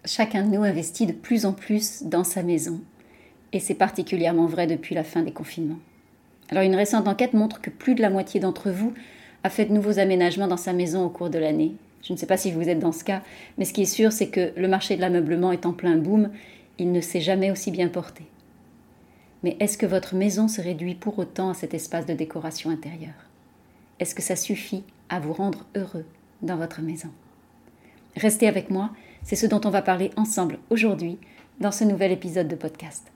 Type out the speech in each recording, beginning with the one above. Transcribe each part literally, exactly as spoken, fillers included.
Chacun de nous investit de plus en plus dans sa maison. Et c'est particulièrement vrai depuis la fin des confinements. Alors une récente enquête montre que plus de la moitié d'entre vous a fait de nouveaux aménagements dans sa maison au cours de l'année. Je ne sais pas si vous êtes dans ce cas, mais ce qui est sûr, c'est que le marché de l'ameublement est en plein boom. Il ne s'est jamais aussi bien porté. Mais est-ce que votre maison se réduit pour autant à cet espace de décoration intérieure? Est-ce que ça suffit à vous rendre heureux dans votre maison? Restez avec moi, c'est ce dont on va parler ensemble aujourd'hui dans ce nouvel épisode de podcast.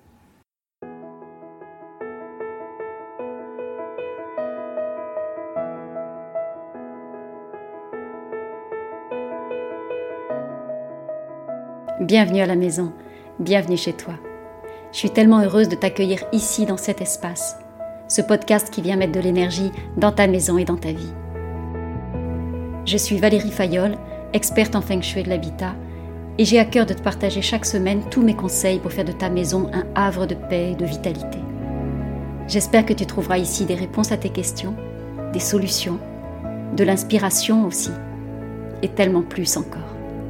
Bienvenue à la maison, bienvenue chez toi. Je suis tellement heureuse de t'accueillir ici dans cet espace, ce podcast qui vient mettre de l'énergie dans ta maison et dans ta vie. Je suis Valérie Fayolle, experte en Feng Shui de l'habitat, et j'ai à cœur de te partager chaque semaine tous mes conseils pour faire de ta maison un havre de paix et de vitalité. J'espère que tu trouveras ici des réponses à tes questions, des solutions, de l'inspiration aussi, et tellement plus encore.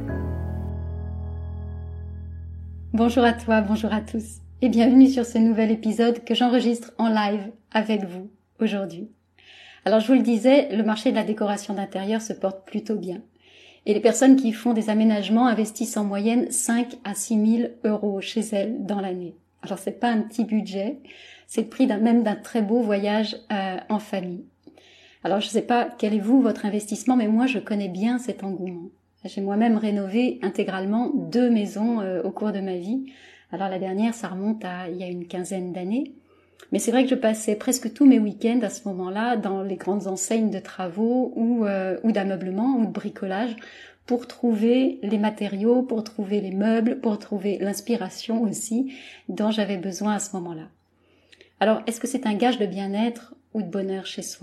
Bonjour à toi, bonjour à tous, et bienvenue sur ce nouvel épisode que j'enregistre en live avec vous aujourd'hui. Alors je vous le disais, le marché de la décoration d'intérieur se porte plutôt bien. Et les personnes qui font des aménagements investissent en moyenne cinq à six mille euros chez elles dans l'année. Alors c'est pas un petit budget, c'est le prix d'un, même d'un très beau voyage euh, en famille. Alors je sais pas quel est vous votre investissement, mais moi je connais bien cet engouement. J'ai moi-même rénové intégralement deux maisons euh, au cours de ma vie. Alors la dernière, ça remonte à il y a une quinzaine d'années. Mais c'est vrai que je passais presque tous mes week-ends à ce moment-là dans les grandes enseignes de travaux ou, euh, ou d'ameublement ou de bricolage pour trouver les matériaux, pour trouver les meubles, pour trouver l'inspiration aussi dont j'avais besoin à ce moment-là. Alors, est-ce que c'est un gage de bien-être ou de bonheur chez soi ?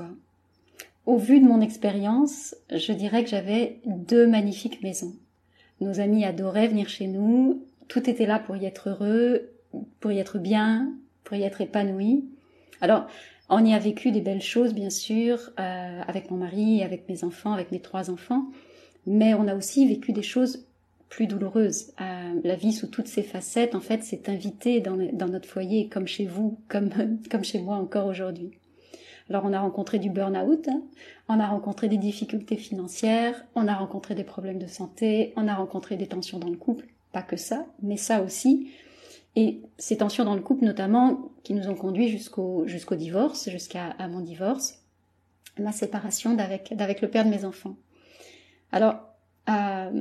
Au vu de mon expérience, je dirais que j'avais deux magnifiques maisons. Nos amis adoraient venir chez nous, tout était là pour y être heureux, pour y être bien, pour y être épanoui. Alors, on y a vécu des belles choses, bien sûr, euh, avec mon mari, avec mes enfants, avec mes trois enfants, mais on a aussi vécu des choses plus douloureuses. Euh, la vie sous toutes ses facettes, en fait, s'est invitée dans, dans notre foyer, comme chez vous, comme, comme chez moi encore aujourd'hui. Alors on a rencontré du burn-out, hein, on a rencontré des difficultés financières, on a rencontré des problèmes de santé, on a rencontré des tensions dans le couple, pas que ça, mais ça aussi. Et ces tensions dans le couple notamment qui nous ont conduits jusqu'au, jusqu'au divorce, jusqu'à à mon divorce, ma séparation d'avec, d'avec le père de mes enfants. Alors, euh,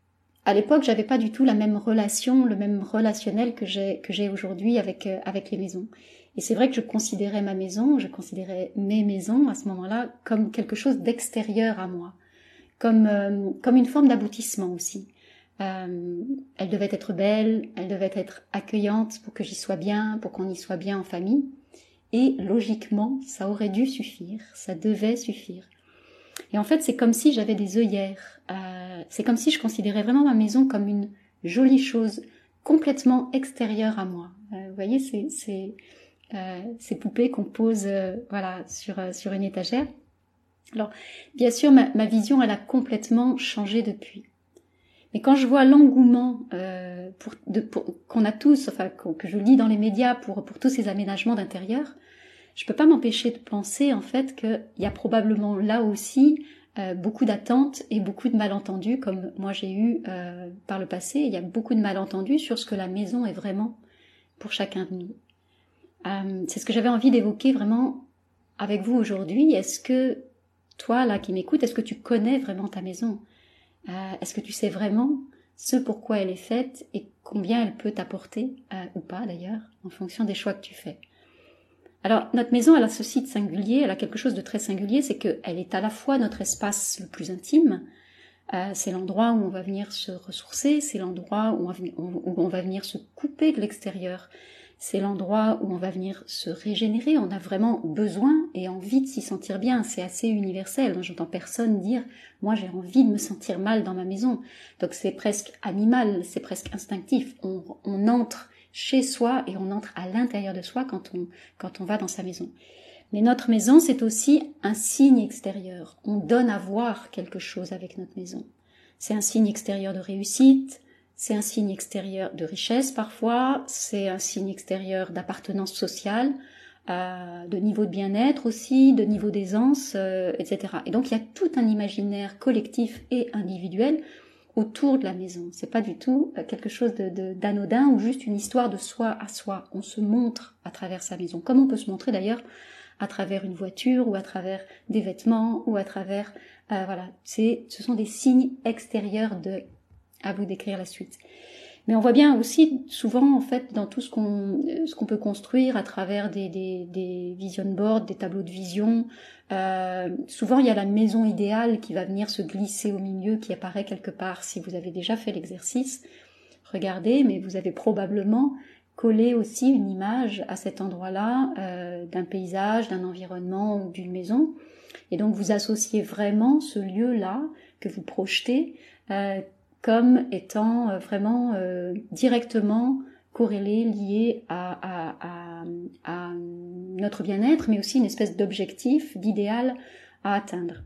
à l'époque, j'avais pas du tout la même relation, le même relationnel que j'ai, que j'ai aujourd'hui avec, euh, avec les maisons. Et c'est vrai que je considérais ma maison, je considérais mes maisons à ce moment-là comme quelque chose d'extérieur à moi, comme, euh, comme une forme d'aboutissement aussi. Euh, elle devait être belle, elle devait être accueillante pour que j'y sois bien, pour qu'on y soit bien en famille. Et logiquement, ça aurait dû suffire, ça devait suffire. Et en fait, c'est comme si j'avais des œillères. Euh, c'est comme si je considérais vraiment ma maison comme une jolie chose, complètement extérieure à moi. Euh, vous voyez, c'est, c'est euh, ces poupées qu'on pose, euh, voilà, sur euh, sur une étagère. Alors, bien sûr, ma, ma vision, elle a complètement changé depuis. Mais quand je vois l'engouement euh, pour, de, pour, qu'on a tous, enfin que je lis dans les médias pour pour tous ces aménagements d'intérieur, je peux pas m'empêcher de penser en fait qu'il y a probablement là aussi euh, beaucoup d'attentes et beaucoup de malentendus, comme moi j'ai eu euh, par le passé. Il y a beaucoup de malentendus sur ce que la maison est vraiment pour chacun de nous. Euh, c'est ce que j'avais envie d'évoquer vraiment avec vous aujourd'hui. Est-ce que toi là qui m'écoutes, est-ce que tu connais vraiment ta maison ? euh, Est-ce que tu sais vraiment ce pourquoi elle est faite et combien elle peut t'apporter, euh, ou pas d'ailleurs, en fonction des choix que tu fais ? Alors, notre maison, elle a ceci de singulier, elle a quelque chose de très singulier, c'est qu'elle est à la fois notre espace le plus intime, euh, c'est l'endroit où on va venir se ressourcer, c'est l'endroit où on, va, où on va venir se couper de l'extérieur, c'est l'endroit où on va venir se régénérer, on a vraiment besoin et envie de s'y sentir bien, c'est assez universel, j'entends personne dire « moi j'ai envie de me sentir mal dans ma maison », donc c'est presque animal, c'est presque instinctif, on, on entre chez soi et on entre à l'intérieur de soi quand on, quand on va dans sa maison. Mais notre maison, c'est aussi un signe extérieur. On donne à voir quelque chose avec notre maison. C'est un signe extérieur de réussite, c'est un signe extérieur de richesse parfois, c'est un signe extérieur d'appartenance sociale, euh, de niveau de bien-être aussi, de niveau d'aisance, euh, et cetera. Et donc il y a tout un imaginaire collectif et individuel autour de la maison. C'est pas du tout quelque chose de, de, d'anodin ou juste une histoire de soi à soi. On se montre à travers sa maison, comme on peut se montrer d'ailleurs à travers une voiture ou à travers des vêtements ou à travers euh, voilà. C'est, ce sont des signes extérieurs de. À vous d'écrire la suite. Mais on voit bien aussi souvent en fait dans tout ce qu'on ce qu'on peut construire à travers des des, des vision boards, des tableaux de vision. Euh, souvent il y a la maison idéale qui va venir se glisser au milieu, qui apparaît quelque part. Si vous avez déjà fait l'exercice, regardez, mais vous avez probablement collé aussi une image à cet endroit-là euh, d'un paysage, d'un environnement ou d'une maison. Et donc vous associez vraiment ce lieu-là que vous projetez euh, comme étant euh, vraiment euh, directement corrélé, lié à, à, à, à notre bien-être, mais aussi une espèce d'objectif, d'idéal à atteindre.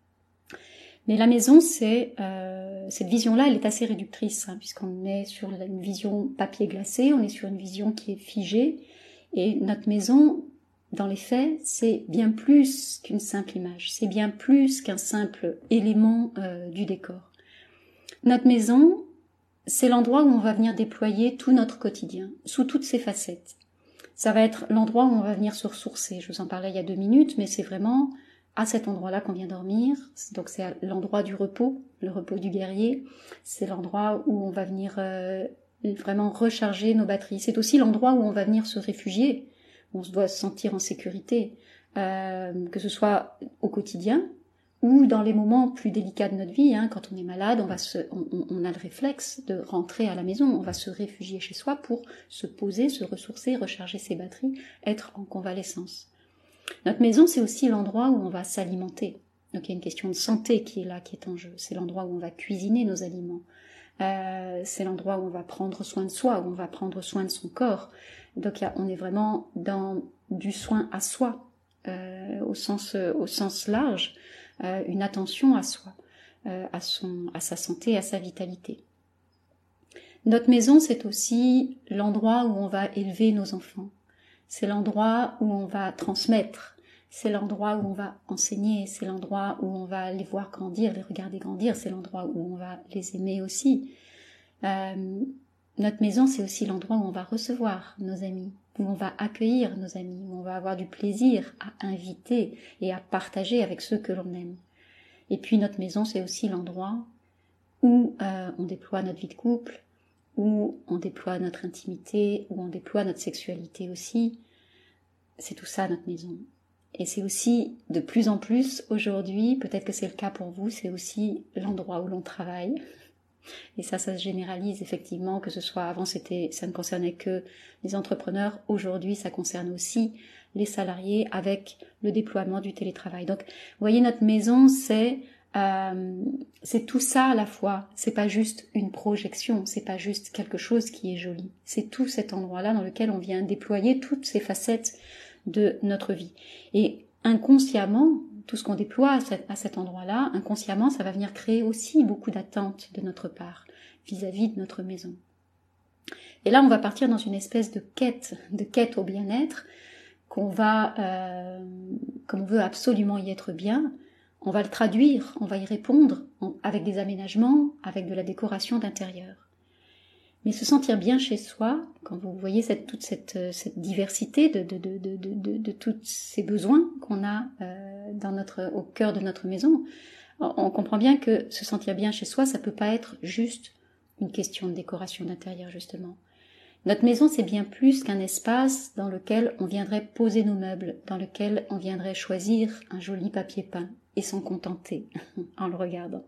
Mais la maison, c'est euh, cette vision-là, elle est assez réductrice, hein, puisqu'on est sur une vision papier glacé, on est sur une vision qui est figée, et notre maison, dans les faits, c'est bien plus qu'une simple image, c'est bien plus qu'un simple élément euh, du décor. Notre maison, c'est l'endroit où on va venir déployer tout notre quotidien, sous toutes ses facettes. Ça va être l'endroit où on va venir se ressourcer. Je vous en parlais il y a deux minutes, mais c'est vraiment à cet endroit-là qu'on vient dormir. Donc c'est l'endroit du repos, le repos du guerrier. C'est l'endroit où on va venir euh, vraiment recharger nos batteries. C'est aussi l'endroit où on va venir se réfugier, où on se doit se sentir en sécurité, euh, que ce soit au quotidien, ou dans les moments plus délicats de notre vie, hein, quand on est malade, on, va se, on, on a le réflexe de rentrer à la maison, on va se réfugier chez soi pour se poser, se ressourcer, recharger ses batteries, être en convalescence. Notre maison, c'est aussi l'endroit où on va s'alimenter. Donc il y a une question de santé qui est là, qui est en jeu. C'est l'endroit où on va cuisiner nos aliments. Euh, c'est l'endroit où on va prendre soin de soi, où on va prendre soin de son corps. Donc il y a, on est vraiment dans du soin à soi, euh, au sens, au sens large. Euh, une attention à soi, euh, à, son, à sa santé, à sa vitalité. Notre maison, c'est aussi l'endroit où on va élever nos enfants. C'est l'endroit où on va transmettre. C'est l'endroit où on va enseigner. C'est l'endroit où on va les voir grandir, les regarder grandir. C'est l'endroit où on va les aimer aussi. Euh, notre maison, c'est aussi l'endroit où on va recevoir nos amis, où on va accueillir nos amis, où on va avoir du plaisir à inviter et à partager avec ceux que l'on aime. Et puis notre maison, c'est aussi l'endroit où euh, on déploie notre vie de couple, où on déploie notre intimité, où on déploie notre sexualité aussi. C'est tout ça notre maison. Et c'est aussi de plus en plus aujourd'hui, peut-être que c'est le cas pour vous, c'est aussi l'endroit où l'on travaille. Et ça, ça se généralise effectivement, que ce soit avant, c'était, ça ne concernait que les entrepreneurs. Aujourd'hui, ça concerne aussi les salariés avec le déploiement du télétravail. Donc, vous voyez, notre maison, c'est euh, c'est tout ça à la fois. C'est pas juste une projection, c'est pas juste quelque chose qui est joli. C'est tout cet endroit-là dans lequel on vient déployer toutes ces facettes de notre vie. Et inconsciemment, tout ce qu'on déploie à cet, à cet endroit-là, inconsciemment, ça va venir créer aussi beaucoup d'attentes de notre part vis-à-vis de notre maison. Et là, on va partir dans une espèce de quête, de quête au bien-être, qu'on va, euh, comme on veut absolument y être bien, on va le traduire, on va y répondre en, avec des aménagements, avec de la décoration d'intérieur. Mais se sentir bien chez soi, quand vous voyez cette, toute cette, cette diversité de, de, de, de, de, de, de tous ces besoins qu'on a euh, dans notre, au cœur de notre maison, on, on comprend bien que se sentir bien chez soi, ça peut pas être juste une question de décoration d'intérieur, justement. Notre maison, c'est bien plus qu'un espace dans lequel on viendrait poser nos meubles, dans lequel on viendrait choisir un joli papier peint et s'en contenter en le regardant.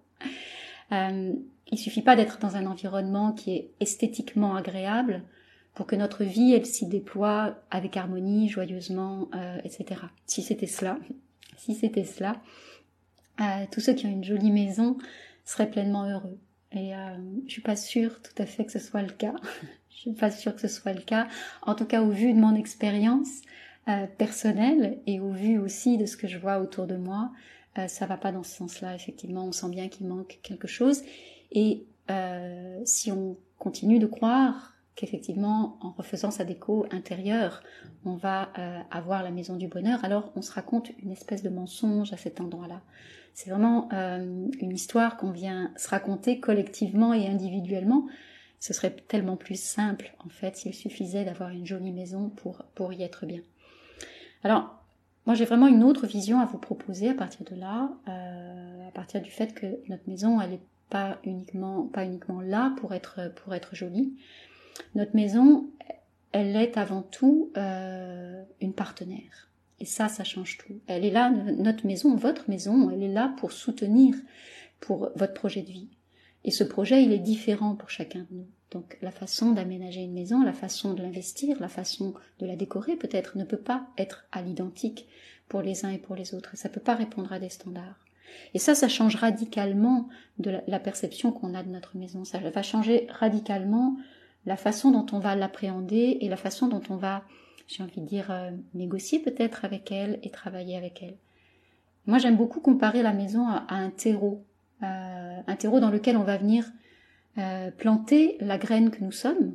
Euh, il suffit pas d'être dans un environnement qui est esthétiquement agréable pour que notre vie, elle s'y déploie avec harmonie, joyeusement, euh, et cetera. Si c'était cela, si c'était cela, euh, tous ceux qui ont une jolie maison seraient pleinement heureux. Et euh, je suis pas sûre tout à fait que ce soit le cas. Je suis pas sûre que ce soit le cas. En tout cas, au vu de mon expérience euh, personnelle et au vu aussi de ce que je vois autour de moi, euh, ça va pas dans ce sens-là. Effectivement, on sent bien qu'il manque quelque chose. Et euh, si on continue de croire qu'effectivement, en refaisant sa déco intérieure, on va euh, avoir la maison du bonheur, alors on se raconte une espèce de mensonge à cet endroit-là. C'est vraiment euh, une histoire qu'on vient se raconter collectivement et individuellement. Ce serait tellement plus simple, en fait, s'il suffisait d'avoir une jolie maison pour, pour y être bien. Alors, moi j'ai vraiment une autre vision à vous proposer à partir de là, euh, à partir du fait que notre maison, elle n'est pas uniquement, pas uniquement là pour être, pour être jolie. Notre maison, elle est avant tout euh, une partenaire. Et ça, ça change tout. Elle est là, notre maison, votre maison, elle est là pour soutenir pour votre projet de vie. Et ce projet, il est différent pour chacun de nous. Donc la façon d'aménager une maison, la façon de l'investir, la façon de la décorer peut-être ne peut pas être à l'identique pour les uns et pour les autres. Ça ne peut pas répondre à des standards. Et ça, ça change radicalement de la, la perception qu'on a de notre maison. Ça va changer radicalement la façon dont on va l'appréhender et la façon dont on va, j'ai envie de dire, euh, négocier peut-être avec elle et travailler avec elle. Moi, j'aime beaucoup comparer la maison à, à un terreau. Euh, un terreau dans lequel on va venir euh, planter la graine que nous sommes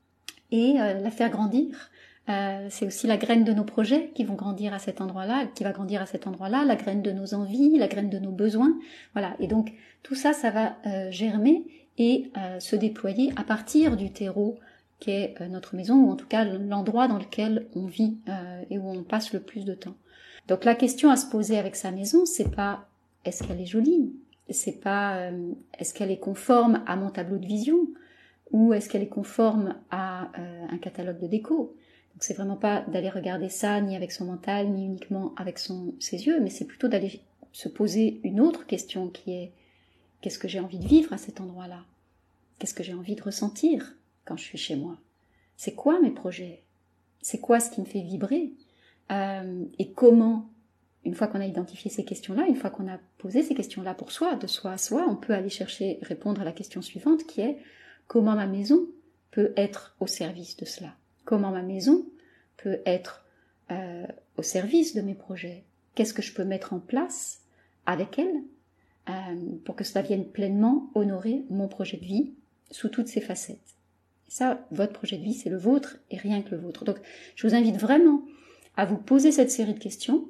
et euh, la faire grandir. Euh, c'est aussi la graine de nos projets qui vont grandir à cet endroit-là, qui va grandir à cet endroit-là, la graine de nos envies, la graine de nos besoins. Voilà. Et donc, tout ça, ça va euh, germer et euh, se déployer à partir du terreau qui est euh, notre maison, ou en tout cas l'endroit dans lequel on vit euh, et où on passe le plus de temps. Donc la question à se poser avec sa maison, c'est pas est-ce qu'elle est jolie, c'est pas euh, est-ce qu'elle est conforme à mon tableau de vision, ou est-ce qu'elle est conforme à euh, un catalogue de déco. Donc c'est vraiment pas d'aller regarder ça ni avec son mental, ni uniquement avec son, ses yeux, mais c'est plutôt d'aller se poser une autre question qui est qu'est-ce que j'ai envie de vivre à cet endroit-là? Qu'est-ce que j'ai envie de ressentir quand je suis chez moi? C'est quoi mes projets? C'est quoi ce qui me fait vibrer? euh, Et comment, une fois qu'on a identifié ces questions-là, une fois qu'on a posé ces questions-là pour soi, de soi à soi, on peut aller chercher, répondre à la question suivante qui est comment ma maison peut être au service de cela? Comment ma maison peut être euh, au service de mes projets? Qu'est-ce que je peux mettre en place avec elle euh, pour que cela vienne pleinement honorer mon projet de vie sous toutes ses facettes? Et ça, votre projet de vie, c'est le vôtre et rien que le vôtre. Donc, je vous invite vraiment à vous poser cette série de questions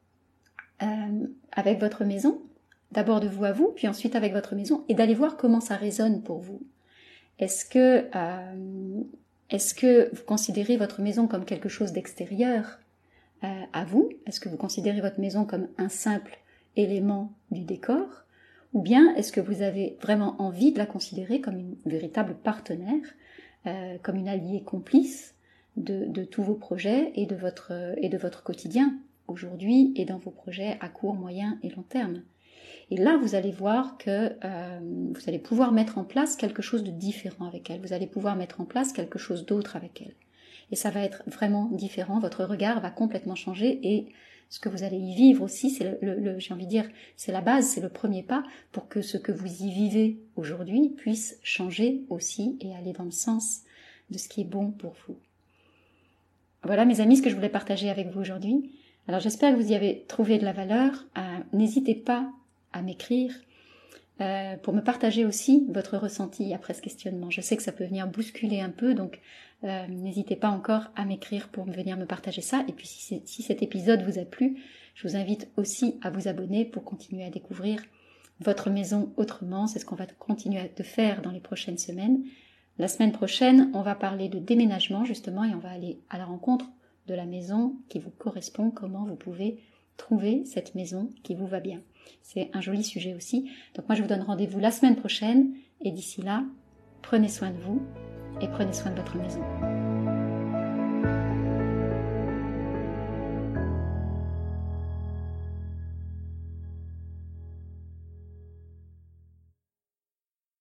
euh, avec votre maison, d'abord de vous à vous, puis ensuite avec votre maison, et d'aller voir comment ça résonne pour vous. Est-ce que, euh, est-ce que vous considérez votre maison comme quelque chose d'extérieur euh, à vous? Est-ce que vous considérez votre maison comme un simple élément du décor? Ou bien est-ce que vous avez vraiment envie de la considérer comme une véritable partenaire, euh, comme une alliée complice de, de tous vos projets et de votre, et de votre quotidien, aujourd'hui et dans vos projets à court, moyen et long terme? Et là, vous allez voir que euh, vous allez pouvoir mettre en place quelque chose de différent avec elle. Vous allez pouvoir mettre en place quelque chose d'autre avec elle. Et ça va être vraiment différent. Votre regard va complètement changer et ce que vous allez y vivre aussi, c'est le, le, le j'ai envie de dire, c'est la base, c'est le premier pas pour que ce que vous y vivez aujourd'hui puisse changer aussi et aller dans le sens de ce qui est bon pour vous. Voilà, mes amis, ce que je voulais partager avec vous aujourd'hui. Alors, j'espère que vous y avez trouvé de la valeur. Euh, n'hésitez pas à m'écrire euh, pour me partager aussi votre ressenti après ce questionnement. Je sais que ça peut venir bousculer un peu, donc euh, n'hésitez pas encore à m'écrire pour venir me partager ça. Et puis si, si cet épisode vous a plu, je vous invite aussi à vous abonner pour continuer à découvrir votre maison autrement. C'est ce qu'on va continuer de faire dans les prochaines semaines. La semaine prochaine, on va parler de déménagement justement et on va aller à la rencontre de la maison qui vous correspond, comment vous pouvez trouver cette maison qui vous va bien. C'est un joli sujet aussi. Donc moi, je vous donne rendez-vous la semaine prochaine. Et d'ici là, prenez soin de vous et prenez soin de votre maison.